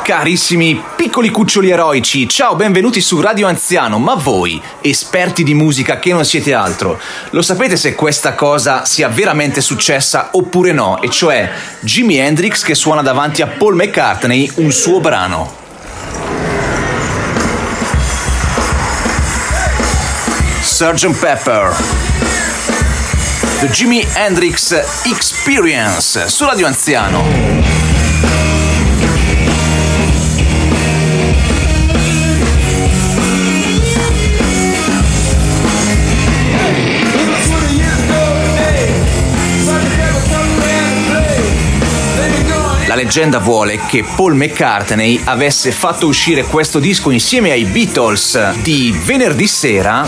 Carissimi piccoli cuccioli eroici, ciao, benvenuti su Radio Anziano. Ma voi, esperti di musica che non siete altro, lo sapete se questa cosa sia veramente successa oppure no? E cioè Jimi Hendrix che suona davanti a Paul McCartney un suo brano. Sgt. Pepper, The Jimi Hendrix Experience su Radio Anziano. La leggenda vuole che Paul McCartney avesse fatto uscire questo disco insieme ai Beatles di venerdì sera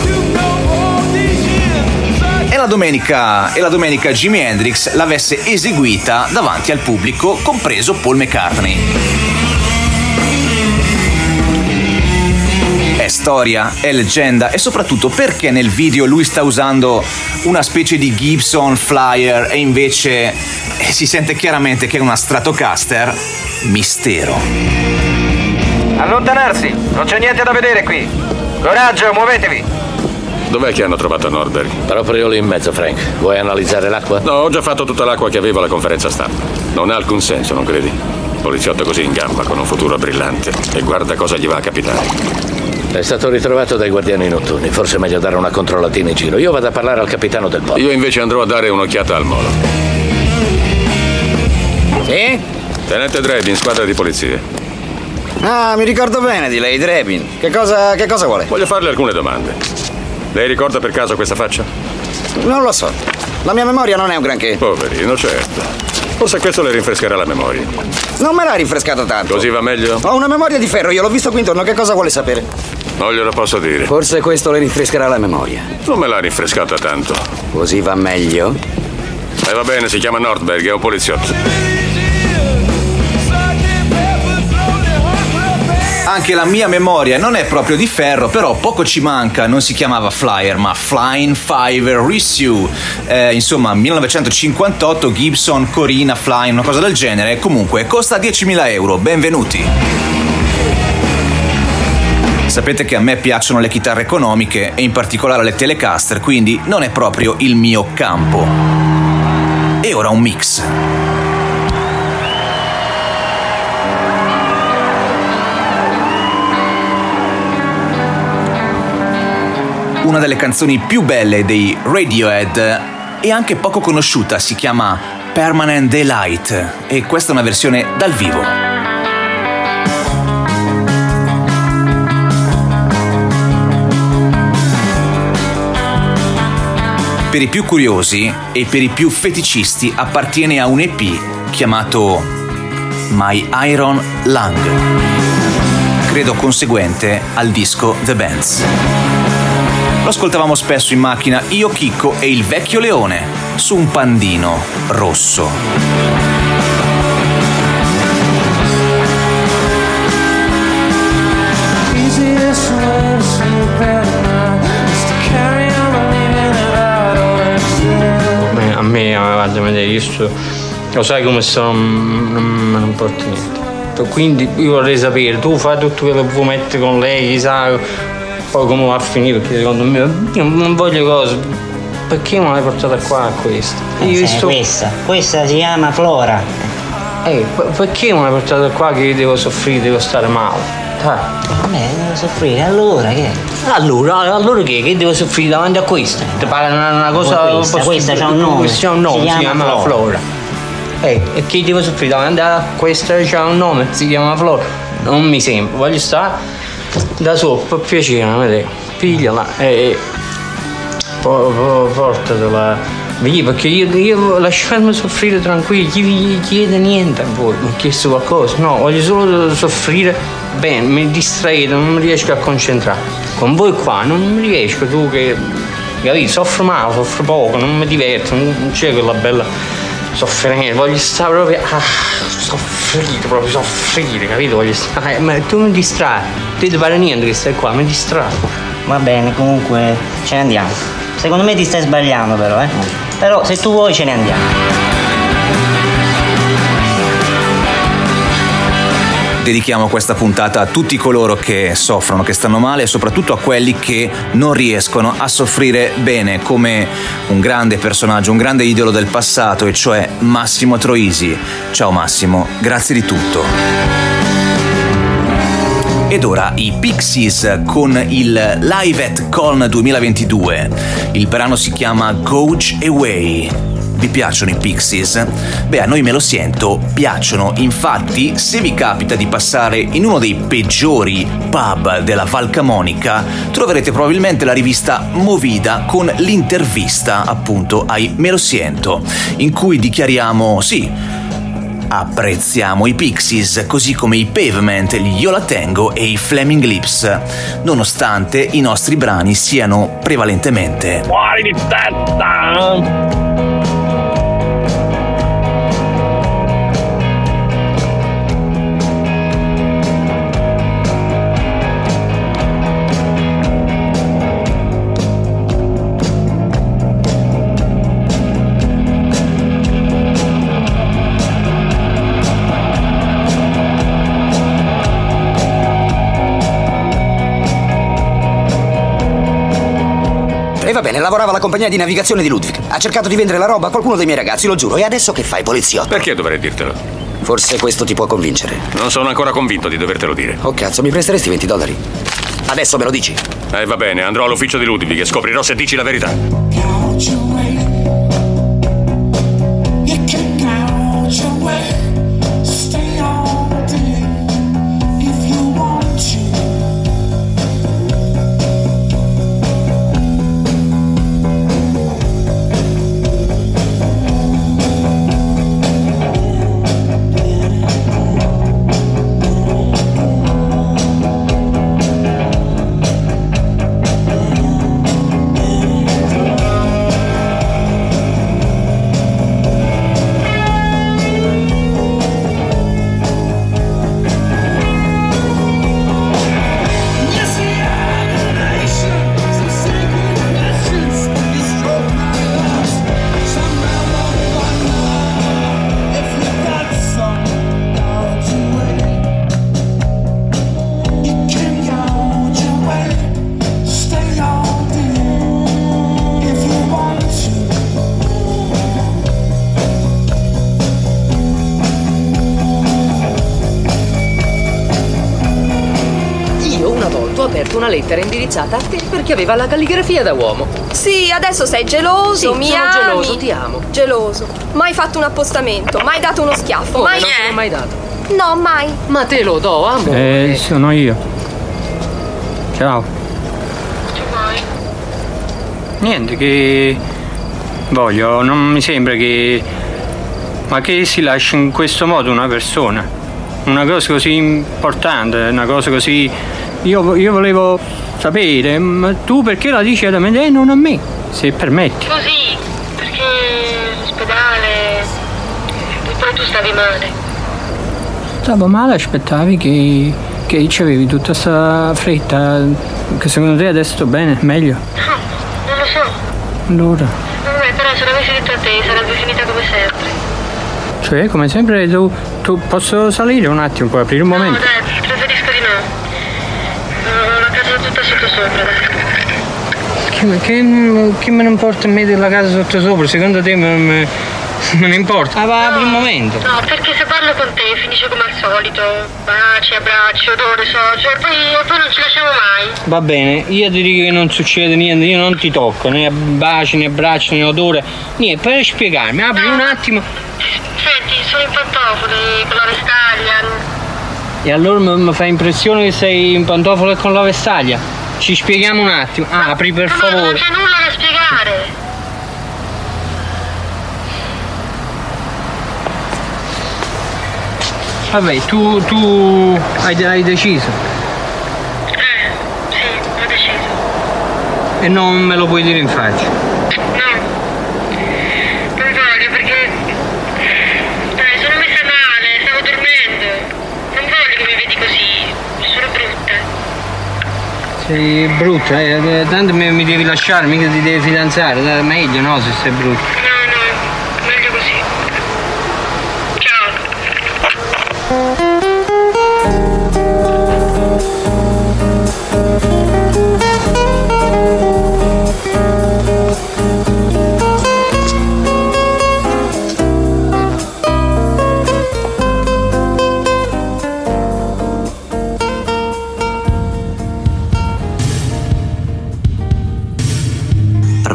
e la domenica Jimi Hendrix l'avesse eseguita davanti al pubblico, compreso Paul McCartney. È storia, è leggenda, e soprattutto perché nel video lui sta usando una specie di Gibson Flyer e invece si sente chiaramente che è una Stratocaster? Mistero. Allontanarsi, non c'è niente da vedere qui. Coraggio, muovetevi. Dov'è che hanno trovato Nordberg? Proprio lì in mezzo, Frank. Vuoi analizzare l'acqua? No, ho già fatto tutta l'acqua che avevo alla conferenza stampa. Non ha alcun senso, non credi? Poliziotto così in gamba, con un futuro brillante. E guarda cosa gli va a capitare. È stato ritrovato dai guardiani notturni. Forse è meglio dare una controllatina in giro. Io vado a parlare al capitano del porto. Io invece andrò a dare un'occhiata al molo. Sì? Tenente Drebin, squadra di polizia. Ah, mi ricordo bene di lei, Drebin. Che cosa vuole? Voglio farle alcune domande. Lei ricorda per caso questa faccia? Non lo so. La mia memoria non è un granché. Poverino, certo. Forse questo le rinfrescherà la memoria. Non me l'ha rinfrescato tanto. Così va meglio? Ho una memoria di ferro, io l'ho visto qui intorno. Che cosa vuole sapere? Non glielo posso dire. Forse questo le rinfrescherà la memoria. Non me l'ha rinfrescata tanto. Così va meglio? E va bene, si chiama Nordberg, è un poliziotto. Anche la mia memoria non è proprio di ferro, però poco ci manca, non si chiamava Flyer ma Flying Fiver Issue. Insomma, 1958, Gibson, Corina, Flying, una cosa del genere. Comunque, costa 10.000 euro, benvenuti. Sapete che a me piacciono le chitarre economiche e in particolare le Telecaster, quindi non è proprio il mio campo. E ora un mix. Una delle canzoni più belle dei Radiohead e anche poco conosciuta, si chiama Permanent Delight e questa è una versione dal vivo. Per i più curiosi e per i più feticisti appartiene a un EP chiamato My Iron Lung, credo conseguente al disco The Bands. Lo ascoltavamo spesso in macchina io, Chicco e il vecchio Leone su un pandino rosso. A me guarda, io lo sai come sono, non porti niente. Quindi io vorrei sapere, tu fai tutto quello che vuoi mettere con lei, sai poi come va a finire, perché secondo me io non voglio cose. Perché non l'hai portata qua questa? Questa si chiama Flora. Perché non l'hai portata qua che io devo soffrire, devo stare male? Devo soffrire, allora che? Allora che devo soffrire davanti a questa? Ti pare una cosa. Questa c'ha un nome. Questa c'ha un nome, si chiama Flora. E che devo soffrire davanti a questa c'ha un nome, si chiama Flora. Non mi sembra, voglio stare da solo, per piacere, pigliala e portatela via, perché io lasciarmi soffrire tranquillo, gli chiede niente a voi, mi ho chiesto qualcosa, no, voglio solo soffrire bene, mi distraete, non mi riesco a concentrare. Con voi qua non mi riesco, tu che, capito, soffro male, soffro poco, non mi diverto, non c'è quella bella sofferenza, voglio stare proprio soffrire, capito? Voglio stare, ma tu mi distrai, ti pare niente che stai qua, mi distrai. Va bene, comunque ce ne andiamo. Secondo me ti stai sbagliando però, Però se tu vuoi ce ne andiamo. dedichiamo questa puntata a tutti coloro che soffrono, che stanno male e soprattutto a quelli che non riescono a soffrire bene, come un grande personaggio, un grande idolo del passato, e cioè Massimo Troisi. Ciao Massimo, grazie di tutto. Ed ora i Pixies con il Live at Coln 2022. Il brano si chiama Gouge Away. Vi piacciono i Pixies? Beh, a noi me lo sento, piacciono. Infatti, se vi capita di passare in uno dei peggiori pub della Val Camonica, troverete probabilmente la rivista Movida con l'intervista, appunto, ai Me lo sento, in cui dichiariamo, sì, apprezziamo i Pixies, così come i Pavement, gli Io la Tengo e i Flaming Lips, nonostante i nostri brani siano prevalentemente fuori di testa. E va bene, lavorava alla compagnia di navigazione di Ludwig. Ha cercato di vendere la roba a qualcuno dei miei ragazzi, lo giuro. E adesso che fai, poliziotto? Perché dovrei dirtelo? Forse questo ti può convincere. Non sono ancora convinto di dovertelo dire. Oh cazzo, mi presteresti $20? Adesso me lo dici? Va bene, andrò all'ufficio di Ludwig e scoprirò se dici la verità. Ho aperto una lettera indirizzata a te perché aveva la calligrafia da uomo. Sì, adesso sei geloso, sì, mi sono ami. geloso, ti amo. Geloso. Mai fatto un appostamento, mai dato uno schiaffo, Come, mai. non te l'ho mai dato? No, mai. Ma te lo do, amore. Sono io. Ciao. Che vuoi? Niente, che voglio, non mi sembra che... Ma che si lasci in questo modo una persona? Una cosa così importante, una cosa così... Io volevo sapere, ma tu perché la dici ad me e non a me, se permetti? Così, perché l'ospedale... E poi tu stavi male. Stavo male, aspettavi che c'avevi tutta questa fretta, che secondo te adesso sto bene, meglio? No, non lo so. Allora... Vabbè, però se l'avessi detto a te sarebbe finita come sempre. Cioè, come sempre, tu posso salire un attimo, puoi aprire un momento? No, dai, preferisco di no. Ho la casa tutta sotto sopra, dai. Che me ne importa a me della casa sotto sopra? Secondo te me ne importa? Va, apri un momento. No, perché se parlo con te finisce come al solito. Baci, abbracci, odore, socio, e poi non ci lasciamo mai. Va bene, io ti dico che non succede niente, io non ti tocco, né baci, né abbracci, né odore. Niente, per spiegarmi, apri un attimo. Senti, sono in pantofole, con la vestaglia. E allora mi fa impressione che sei in pantofole con la vestaglia. Ci spieghiamo un attimo. Apri per favore. Ma non c'è nulla da spiegare. Vabbè, tu hai deciso? Sì, ho deciso. E non me lo puoi dire in faccia? No, non voglio perché... Dai, sono messa male, stavo dormendo. Non voglio che mi vedi così, sono brutta. Sei brutta, tanto mi devi lasciare, mica ti devi fidanzare, meglio no se sei brutta. No, meglio così. Ciao.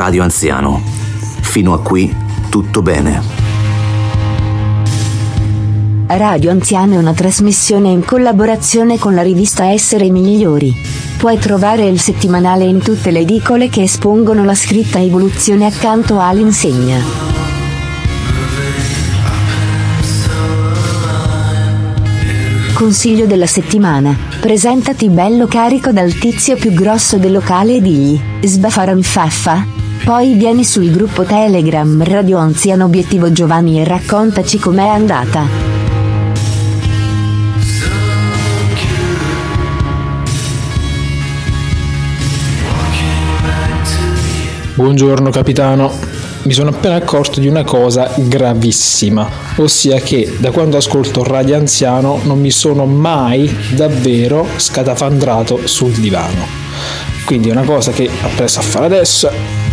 Radio Anziano. Fino a qui tutto bene. Radio Anziano è una trasmissione in collaborazione con la rivista Essere Migliori. Puoi trovare il settimanale in tutte le edicole che espongono la scritta Evoluzione accanto all'insegna. Consiglio della settimana: presentati bello carico dal tizio più grosso del locale e digli sbafaranfaffa. Poi vieni sul gruppo Telegram Radio Anziano Obiettivo Giovanni e raccontaci com'è andata. Buongiorno capitano. Mi sono appena accorto di una cosa gravissima, ossia che da quando ascolto Radio Anziano non mi sono mai davvero scatafandrato sul divano. Quindi è una cosa che ho preso a fare adesso.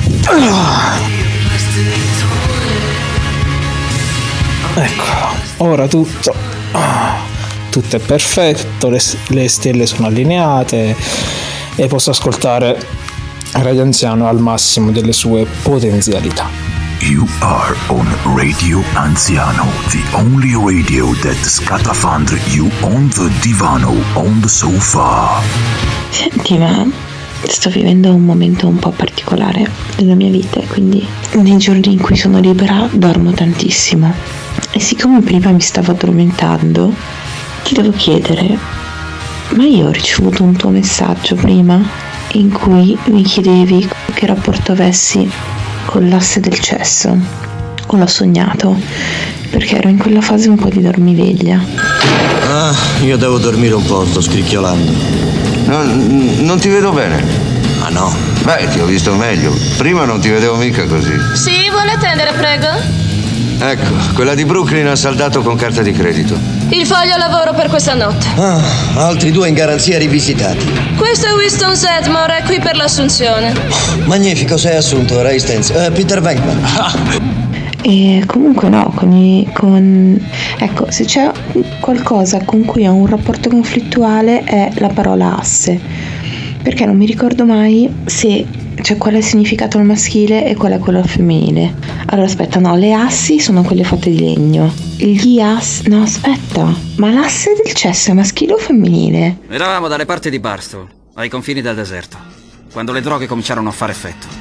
Ecco, ora tutto è perfetto, le stelle sono allineate e posso ascoltare Radio Anziano al massimo delle sue potenzialità. You are on Radio Anziano, the only radio that scatafandra you on the divano, on the sofa. Senti, ma sto vivendo un momento un po' particolare della mia vita, quindi nei giorni in cui sono libera dormo tantissimo. E siccome prima mi stavo addormentando, ti devo chiedere, ma io ho ricevuto un tuo messaggio prima in cui mi chiedevi che rapporto avessi con l'asse del cesso, o l'ho sognato, perché ero in quella fase un po' di dormiveglia. Ah, io devo dormire un po', sto scricchiolando. Non ti vedo bene? Ma no. Beh, ti ho visto meglio. Prima non ti vedevo mica così. Sì, vuole attendere, prego? Ecco, quella di Brooklyn ha saldato con carta di credito. Il foglio lavoro per questa notte. Ah, altri 2 in garanzia rivisitati. Questo è Winston Sedmore, è qui per l'assunzione. Magnifico, sei assunto, Ray Stantz. Peter Venkman. E comunque no, ecco, se c'è qualcosa con cui ho un rapporto conflittuale è la parola asse, perché non mi ricordo mai se c'è qual è il significato al maschile e qual è quello al femminile. Allora aspetta, no, le assi sono quelle fatte di legno. Gli assi, no aspetta, ma l'asse del cesso è maschile o femminile? Eravamo dalle parti di Barstow, ai confini del deserto, quando le droghe cominciarono a fare effetto.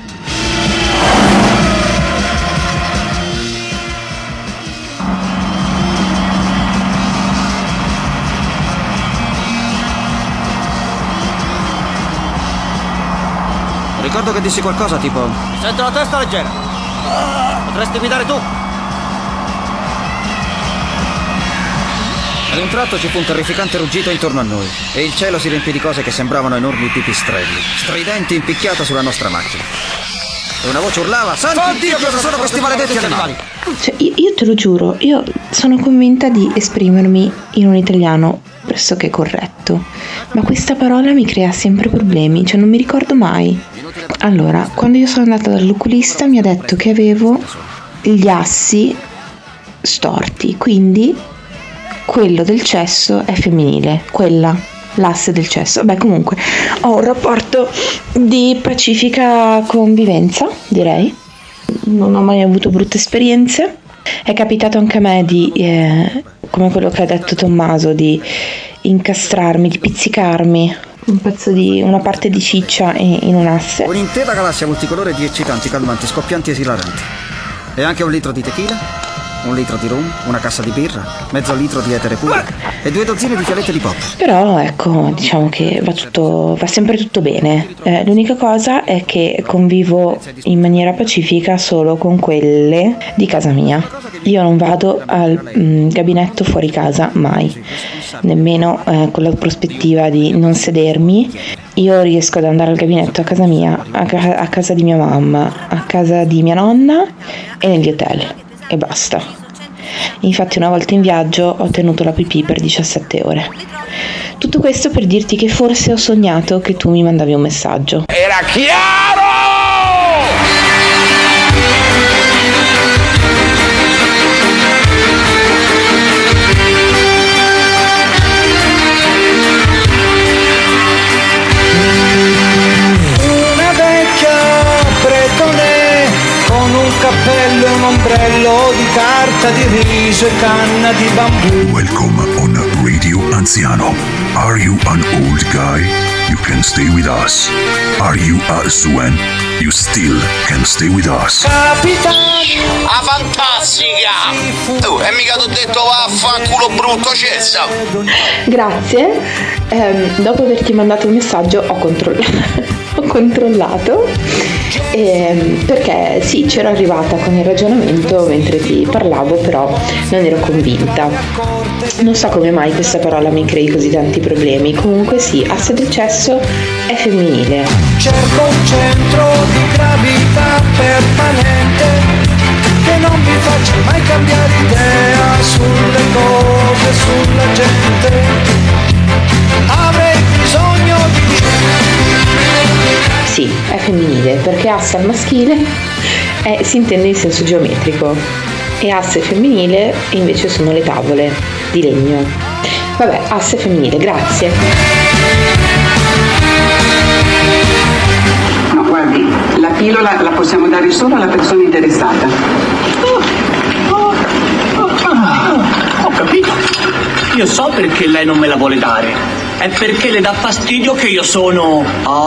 Ricordo che dissi qualcosa tipo: Sento la testa leggera. Potresti guidare tu. Ad un tratto ci fu un terrificante ruggito intorno a noi e il cielo si riempì di cose che sembravano enormi pipistrelli, stridenti in picchiata sulla nostra macchina. E una voce urlava: Santi Dio, cosa sono questi maledetti animali? Cioè, io te lo giuro, io sono convinta di esprimermi in un italiano pressoché corretto, ma questa parola mi crea sempre problemi, cioè non mi ricordo mai. Allora, quando io sono andata dall'oculista mi ha detto che avevo gli assi storti, quindi quello del cesso è femminile, l'asse del cesso. Beh, comunque ho un rapporto di pacifica convivenza, direi. Non ho mai avuto brutte esperienze. È capitato anche a me di, come quello che ha detto Tommaso, di incastrarmi, di pizzicarmi una parte di ciccia in un asse. Un'intera galassia multicolore di eccitanti, calmanti, scoppianti e esilaranti. E anche 1 litro di tequila, 1 litro di rum, una cassa di birra, mezzo litro di etere puro e 2 dozzine di fialette di pop. Però ecco, diciamo che va sempre tutto bene. L'unica cosa è che convivo in maniera pacifica solo con quelle di casa mia. Io non vado al gabinetto fuori casa mai, nemmeno con la prospettiva di non sedermi. Io riesco ad andare al gabinetto a casa mia, a casa di mia mamma, a casa di mia nonna e negli hotel, e basta. Infatti una volta in viaggio ho tenuto la pipì per 17 ore. Tutto questo per dirti che forse ho sognato che tu mi mandavi un messaggio. Era chiaro! Una vecchia bretonera di riso e canna di bambù. Welcome on Radio Anziano. Are you an old guy? You can stay with us. Are you a Suen? You still can stay with us. Ah, fantastica! E mica t'ho detto vaffanculo brutto Cessa! Grazie. Dopo averti mandato il messaggio ho controllato perché sì, c'ero arrivata con il ragionamento mentre ti parlavo, però non ero convinta. Non so come mai questa parola mi crei così tanti problemi. Comunque sì, asse del cesso è femminile. Cerco un centro di gravità permanente che non mi faccia mai cambiare idea sulle cose, sulla gente. Avrei bisogno di... Sì, è femminile, perché asse al maschile si intende in senso geometrico e asse femminile invece sono le tavole di legno. Vabbè, asse femminile, grazie. No, guardi, la pillola la possiamo dare solo alla persona interessata. Ho capito. Io so perché lei non me la vuole dare. È perché le dà fastidio che io sono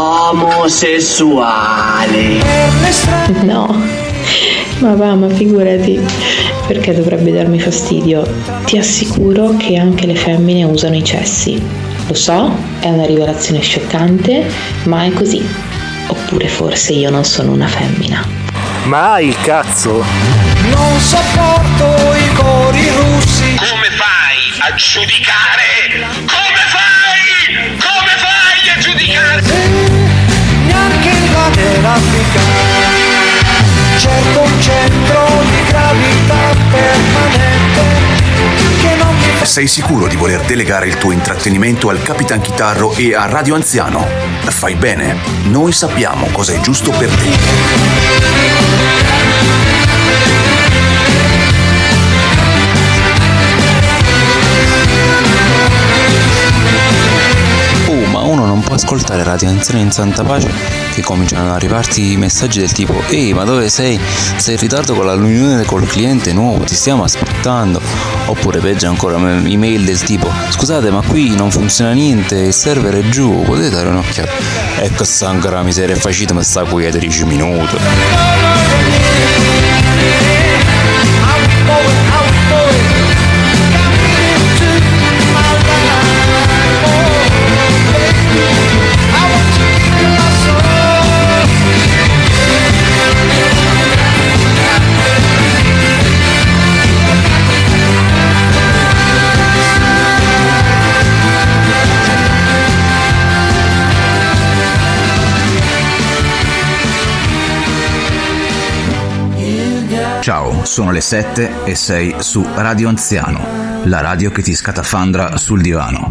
omosessuale. No, ma figurati, perché dovrebbe darmi fastidio? Ti assicuro che anche le femmine usano i cessi. Lo so, è una rivelazione scioccante, ma è così. Oppure forse io non sono una femmina. Ma hai il cazzo? Non sopporto i cori russi. Come fai a giudicare? Come fai a giudicare? Neanche in bandiera africana. Cerco un centro di gravità permanente che non mi fa... Sei sicuro di voler delegare il tuo intrattenimento al Capitan Chitarro e a Radio Anziano? Fai bene, noi sappiamo cosa è giusto per te. Ma uno non può ascoltare Radio Anziano in santa pace che cominciano ad arrivarti messaggi del tipo: ehi, ma dove sei? Sei in ritardo con la riunione col cliente nuovo, ti stiamo aspettando. Oppure peggio ancora, email del tipo: scusate, ma qui non funziona niente, il server è giù, potete dare un'occhiata? Ecco, sta ancora la miseria, è facile, ma sta qui a 10 minuti. Ciao, sono le 7 e sei su Radio Anziano, la radio che ti scatafandra sul divano.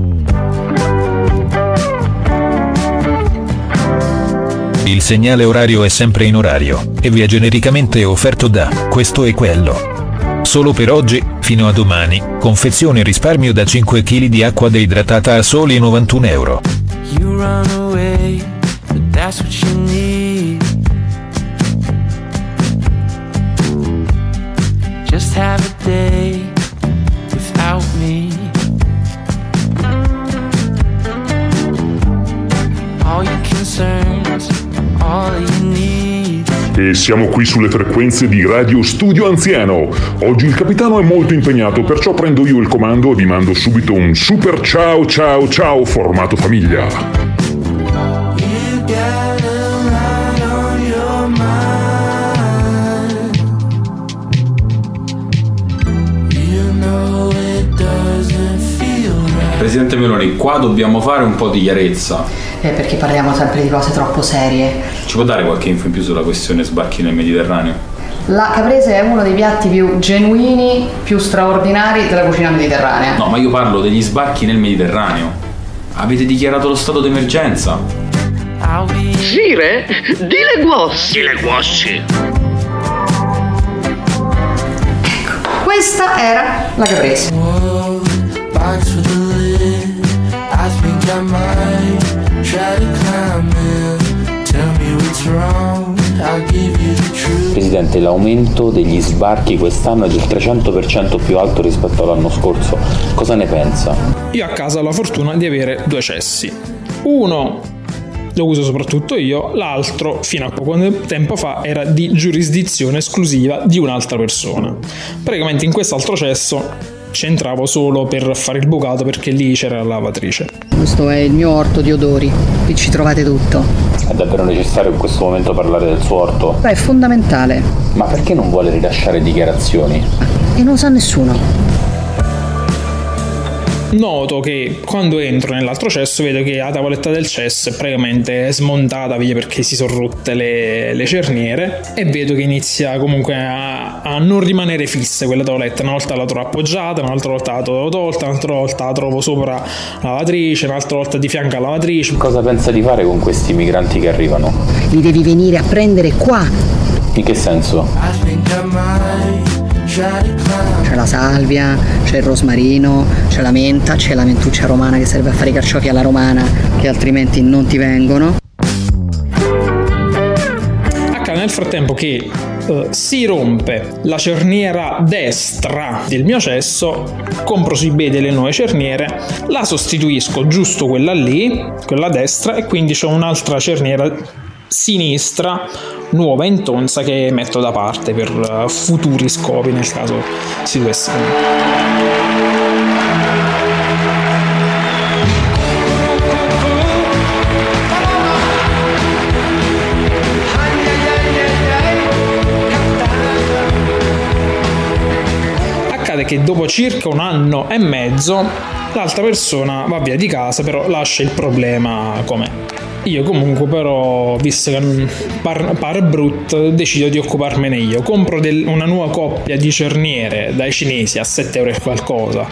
Il segnale orario è sempre in orario e vi è genericamente offerto da questo e quello. Solo per oggi, fino a domani, confezione risparmio da 5 kg di acqua deidratata a soli €91. You run away, but that's what you need. Just have a day without me. All your concerns, all you need. E siamo qui sulle frequenze di Radio Studio Anziano. Oggi il capitano è molto impegnato, perciò prendo io il comando e vi mando subito un super ciao ciao ciao formato famiglia. Presidente Meloni, qua dobbiamo fare un po' di chiarezza. Perché parliamo sempre di cose troppo serie. Ci può dare qualche info in più sulla questione sbarchi nel Mediterraneo? La caprese è uno dei piatti più genuini, più straordinari della cucina mediterranea. No, ma io parlo degli sbarchi nel Mediterraneo. Avete dichiarato lo stato d'emergenza. Sire, dile guossi. Dile guossi. Ecco, questa era la caprese. Presidente, l'aumento degli sbarchi quest'anno è del 300% più alto rispetto all'anno scorso. Cosa ne pensa? Io a casa ho la fortuna di avere 2 cessi. Uno lo uso soprattutto io, l'altro fino a poco tempo fa era di giurisdizione esclusiva di un'altra persona. Praticamente in quest'altro cesso c'entravo solo per fare il bucato, perché lì c'era la lavatrice. Questo è il mio orto di odori, qui ci trovate tutto. È davvero necessario in questo momento parlare del suo orto? Beh, è fondamentale. Ma perché non vuole rilasciare dichiarazioni? E non sa nessuno. Noto che quando entro nell'altro cesso vedo che la tavoletta del cesso è praticamente smontata via perché si sono rotte le cerniere, e vedo che inizia comunque a non rimanere fisse quella tavoletta. Una volta la trovo appoggiata, un'altra volta la trovo tolta, un'altra volta la trovo sopra la lavatrice, un'altra volta di fianco alla lavatrice. Cosa pensa di fare con questi migranti che arrivano? Li devi venire a prendere qua. In che senso? C'è la salvia, c'è il rosmarino, c'è la menta, c'è la mentuccia romana che serve a fare i carciofi alla romana, che altrimenti non ti vengono. Accade nel frattempo che si rompe la cerniera destra del mio cesso, compro su eBay delle nuove cerniere, la sostituisco giusto quella lì, quella destra, e quindi c'ho un'altra cerniera sinistra nuova in tonza che metto da parte per futuri scopi nel caso si dovesse. Accade che dopo circa 1 anno e mezzo l'altra persona va via di casa, però lascia il problema com'è. Io comunque però, visto che pare brutto, decido di occuparmene io. Compro una nuova coppia di cerniere dai cinesi a 7 euro e qualcosa,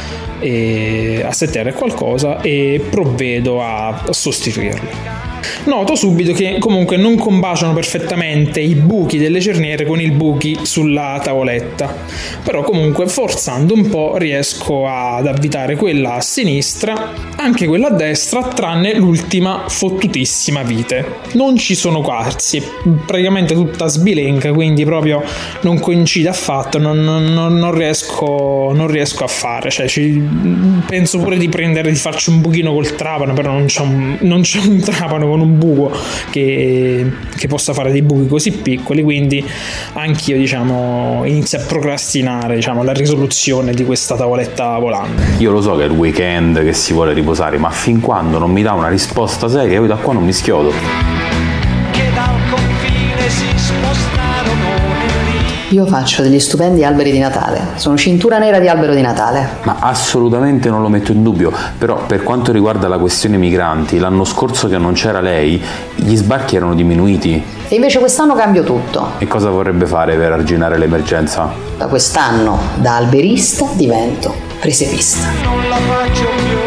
e provvedo a sostituirli. Noto subito che comunque non combaciano perfettamente i buchi delle cerniere con i buchi sulla tavoletta, però comunque forzando un po' riesco ad avvitare quella a sinistra, anche quella a destra, tranne l'ultima fottutissima vite. Non ci sono quarzi, praticamente tutta sbilenca, quindi proprio non coincide affatto, non riesco a fare, cioè penso pure di farci un buchino col trapano, però non c'è un trapano con un buco che possa fare dei buchi così piccoli, quindi anch'io inizio a procrastinare la risoluzione di questa tavoletta volante. Io lo so che è il weekend, che si vuole riposare, ma fin quando non mi dà una risposta seria io da qua non mi schiodo. Che dal confine si spostarono. Io faccio degli stupendi alberi di Natale, sono cintura nera di albero di Natale. Ma assolutamente non lo metto in dubbio, però per quanto riguarda la questione migranti, l'anno scorso che non c'era lei, gli sbarchi erano diminuiti. E invece quest'anno cambio tutto. E cosa vorrebbe fare per arginare l'emergenza? Da quest'anno, da alberista divento presepista. Non la faccio più.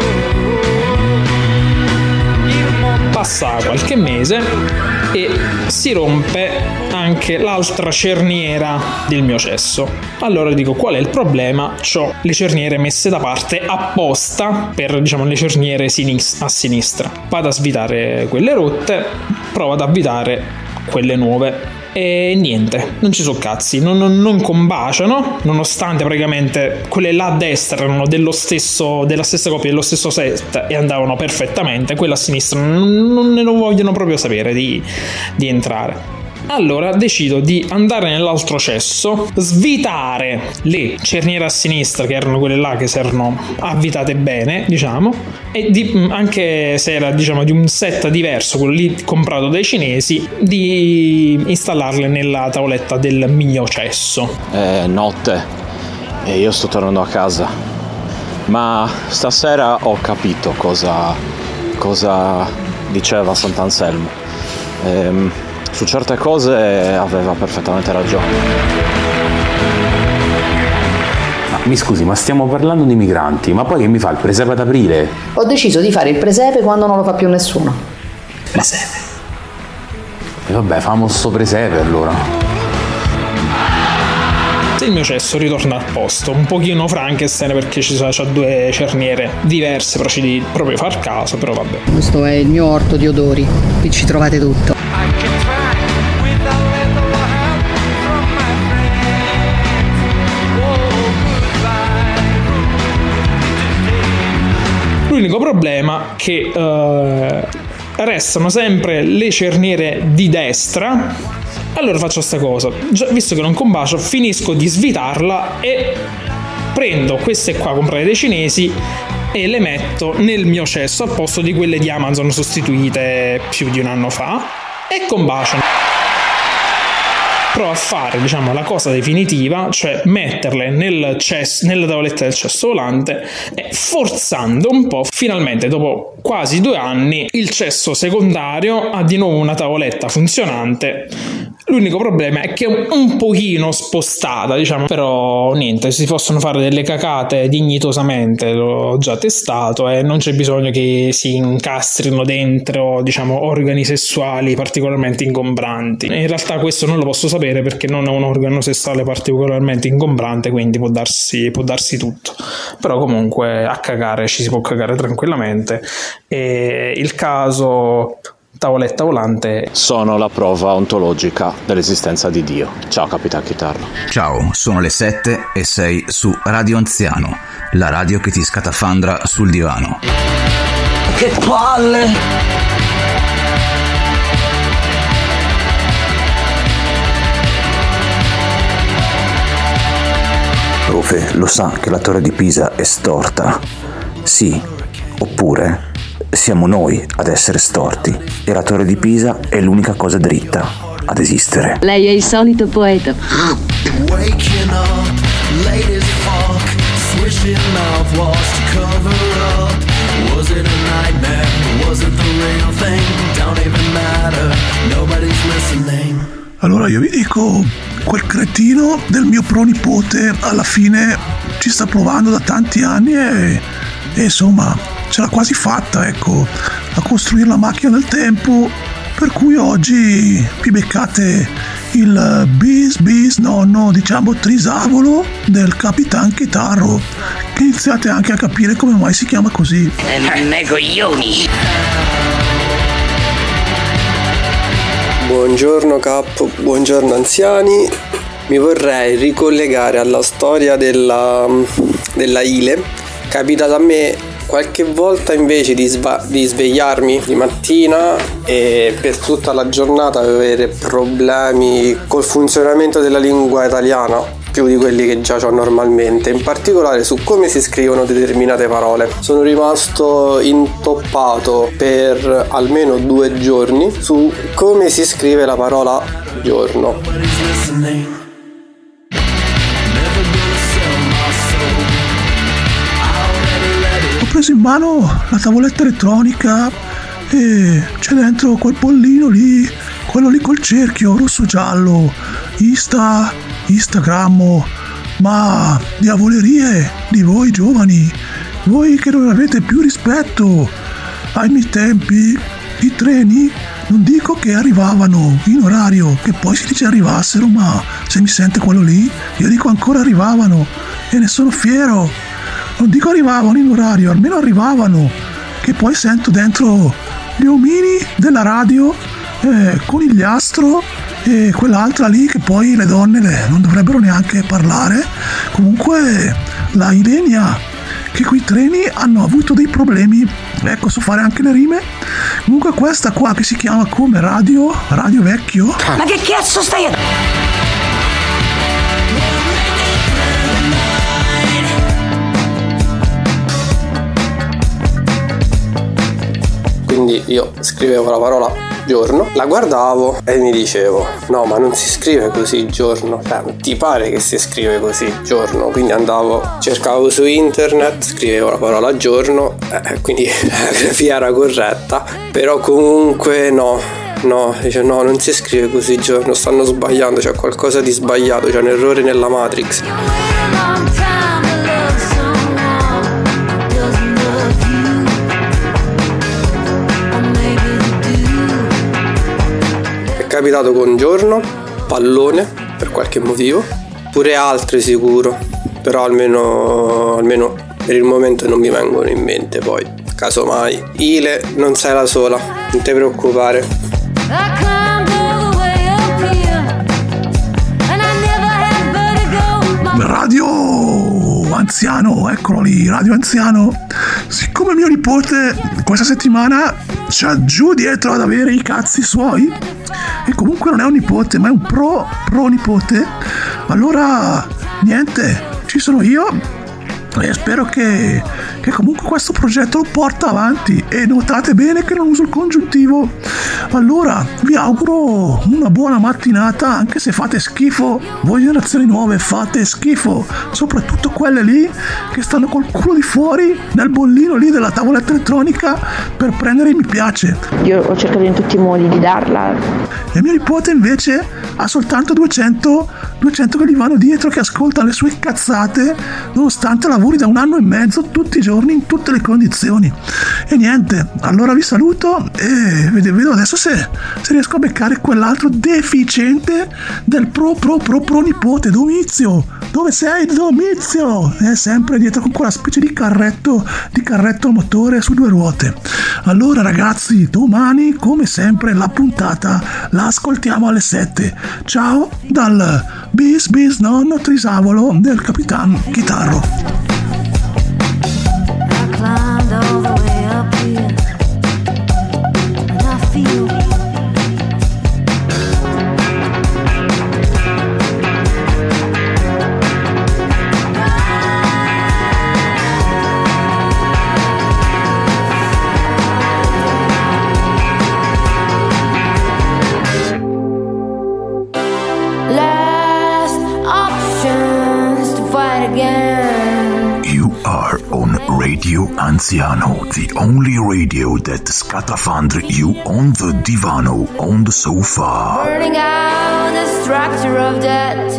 Passa qualche mese e si rompe anche l'altra cerniera del mio cesso. Allora dico, qual è il problema? C'ho le cerniere messe da parte apposta per le cerniere a sinistra. Vado a svitare quelle rotte, provo ad avvitare quelle nuove e niente, non ci sono cazzi, non combaciano, nonostante praticamente quelle là a destra erano della stessa coppia, dello stesso set e andavano perfettamente. Quella a sinistra non ne vogliono proprio sapere di entrare. Allora decido di andare nell'altro cesso, svitare le cerniere a sinistra, che erano quelle là che si erano avvitate bene, e anche se era di un set diverso, quello lì comprato dai cinesi, di installarle nella tavoletta del mio cesso. È notte e io sto tornando a casa, ma stasera ho capito cosa diceva Sant'Anselmo. Su certe cose aveva perfettamente ragione. Mi scusi, ma stiamo parlando di migranti, ma poi che mi fa il presepe ad aprile? Ho deciso di fare il presepe quando non lo fa più nessuno. Presepe? E vabbè, famo sto presepe allora. Il mio cesso ritorna al posto, un pochino Frankenstein perché c'ha 2 cerniere diverse, però ci devi proprio far caso, però vabbè. Questo è il mio orto di odori, qui ci trovate tutto. L'unico problema è che restano sempre le cerniere di destra. Allora faccio sta cosa, visto che non combacio, finisco di svitarla e prendo queste qua comprate dai cinesi e le metto nel mio cesso al posto di quelle di Amazon sostituite più di un anno fa, e combaciano. Provo a fare, diciamo, la cosa definitiva, cioè metterle nella tavoletta del cesso volante, e forzando un po', finalmente dopo quasi 2 anni il cesso secondario ha di nuovo una tavoletta funzionante. L'unico problema è che è un pochino spostata, diciamo, però niente, si possono fare delle cacate dignitosamente, l'ho già testato, e non c'è bisogno che si incastrino dentro, diciamo, organi sessuali particolarmente ingombranti. In realtà questo non lo posso sapere perché non è un organo sessuale particolarmente ingombrante, quindi può darsi tutto. Però comunque a cagare ci si può cagare tranquillamente, e il caso tavoletta volante sono la prova ontologica dell'esistenza di Dio. Ciao Capitan Chitarro. Ciao, sono le 7 e sei su Radio Anziano, la radio che ti scatafandra sul divano. Che palle! Profe, lo sa che la torre di Pisa è storta? Sì, oppure siamo noi ad essere storti e la torre di Pisa è l'unica cosa dritta ad esistere. Lei è il solito poeta. Allora io vi dico, quel cretino del mio pronipote alla fine ci sta provando da tanti anni e insomma ce l'ha quasi fatta, ecco, a costruire la macchina del tempo, per cui oggi vi beccate il diciamo trisavolo del Capitan Chitarro, che iniziate anche a capire come mai si chiama così. Me coglioni! Buongiorno Cap, buongiorno anziani. Mi vorrei ricollegare alla storia della Ile. Capitato a me qualche volta invece di svegliarmi di mattina e per tutta la giornata avere problemi col funzionamento della lingua italiana, più di quelli che già ho normalmente, in particolare su come si scrivono determinate parole. Sono rimasto intoppato per almeno 2 giorni su come si scrive la parola giorno. Ho preso in mano la tavoletta elettronica e c'è dentro quel pollino lì, quello lì col cerchio rosso-giallo, Instagram, ma diavolerie di voi giovani, voi che non avete più rispetto. Ai miei tempi i treni non dico che arrivavano in orario, che poi si dice arrivassero, ma se mi sente quello lì, io dico ancora arrivavano e ne sono fiero. Non dico arrivavano in orario, almeno arrivavano, che poi sento dentro gli omini della radio, Conigliastro e quell'altra lì che poi le donne non dovrebbero neanche parlare. Comunque la Ilenia, che quei treni hanno avuto dei problemi, ecco, so fare anche le rime. Comunque questa qua che si chiama come radio vecchio. Ma che cazzo stai a... Quindi io scrivevo la parola giorno, la guardavo e mi dicevo no, ma non si scrive così giorno, ti pare che si scrive così giorno? Quindi cercavo su internet, scrivevo la parola giorno, quindi la grafia era corretta, però comunque dice no, non si scrive così giorno, stanno sbagliando, c'è qualcosa di sbagliato, c'è un errore nella Matrix. È capitato con giorno, pallone per qualche motivo, pure altre sicuro, però almeno per il momento non mi vengono in mente. Poi casomai Ile, non sei la sola, non ti preoccupare. Radio Anziano, eccolo lì, Radio Anziano. Siccome mio nipote questa settimana c'ha giù dietro ad avere i cazzi suoi, e comunque non è un nipote ma è un pro nipote, allora niente, ci sono io e spero che comunque questo progetto lo porta avanti. E notate bene che non uso il congiuntivo. Allora vi auguro una buona mattinata, anche se fate schifo, voi generazioni nuove fate schifo, soprattutto quelle lì che stanno col culo di fuori nel bollino lì della tavoletta elettronica per prendere i mi piace. Io ho cercato in tutti i modi di darla. E mio nipote invece ha soltanto 200 che gli vanno dietro, che ascoltano le sue cazzate nonostante lavori da 1 anno e mezzo tutti i giorni in tutte le condizioni. E niente, allora vi saluto e vedo adesso se riesco a beccare quell'altro deficiente del pro nipote, Domizio. Dove sei, Domizio? È sempre dietro con quella specie di carretto motore su 2 ruote. Allora ragazzi, domani come sempre la puntata la ascoltiamo alle 7. Ciao dal bis nonno Trisavolo del Capitan Chitarro. Radio Anziano, the only radio that scatafandri you on the divano, on the sofa. Burning out the structure of death.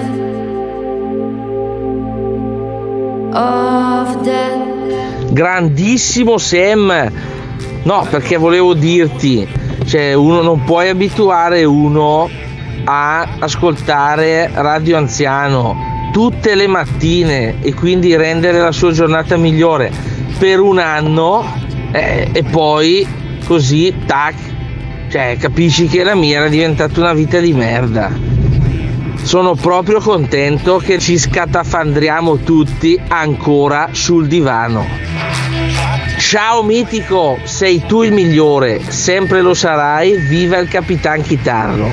Grandissimo Sam. No, perché volevo dirti, cioè uno non puoi abituare uno a ascoltare Radio Anziano tutte le mattine e quindi rendere la sua giornata migliore per 1 anno e poi così tac, cioè capisci che la mia era diventata una vita di merda. Sono proprio contento che ci scatafandriamo tutti ancora sul divano. Ciao mitico, sei tu il migliore, sempre lo sarai, viva il Capitan Chitarro.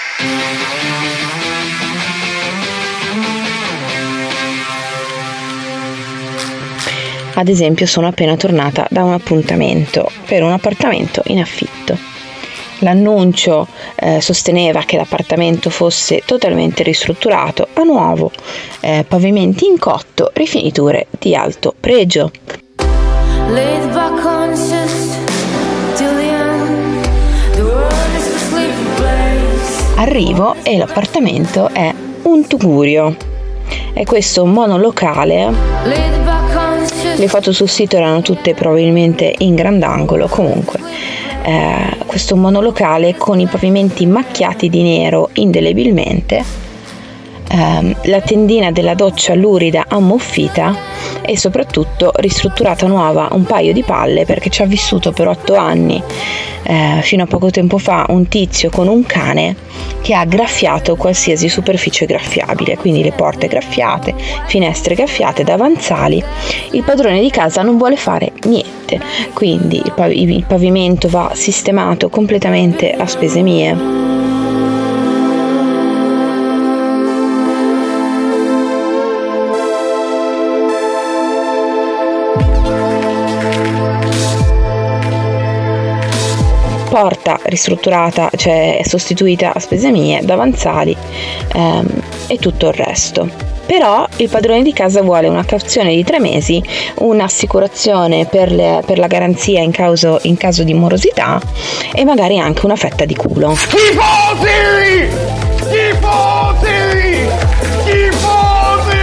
Ad esempio, sono appena tornata da un appuntamento per un appartamento in affitto. L'annuncio sosteneva che l'appartamento fosse totalmente ristrutturato a nuovo, pavimenti in cotto, rifiniture di alto pregio. Arrivo e l'appartamento è un tugurio. È questo monolocale. Le foto sul sito erano tutte probabilmente in grandangolo. Comunque questo monolocale con i pavimenti macchiati di nero indelebilmente, la tendina della doccia lurida ammuffita e soprattutto ristrutturata nuova un paio di palle, perché ci ha vissuto per 8 anni fino a poco tempo fa un tizio con un cane che ha graffiato qualsiasi superficie graffiabile, quindi le porte graffiate, finestre graffiate, davanzali. Il padrone di casa non vuole fare niente, quindi il pavimento va sistemato completamente a spese mie. Porta ristrutturata, cioè sostituita a spese mie, davanzali e tutto il resto. Però il padrone di casa vuole una cauzione di 3 mesi, un'assicurazione per la garanzia in caso di morosità e magari anche una fetta di culo. Tifosi! Tifosi! Tifosi!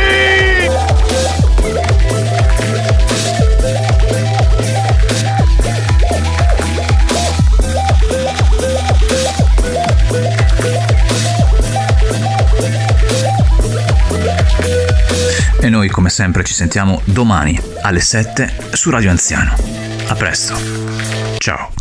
E noi come sempre ci sentiamo domani alle 7 su Radio Anziano. A presto. Ciao.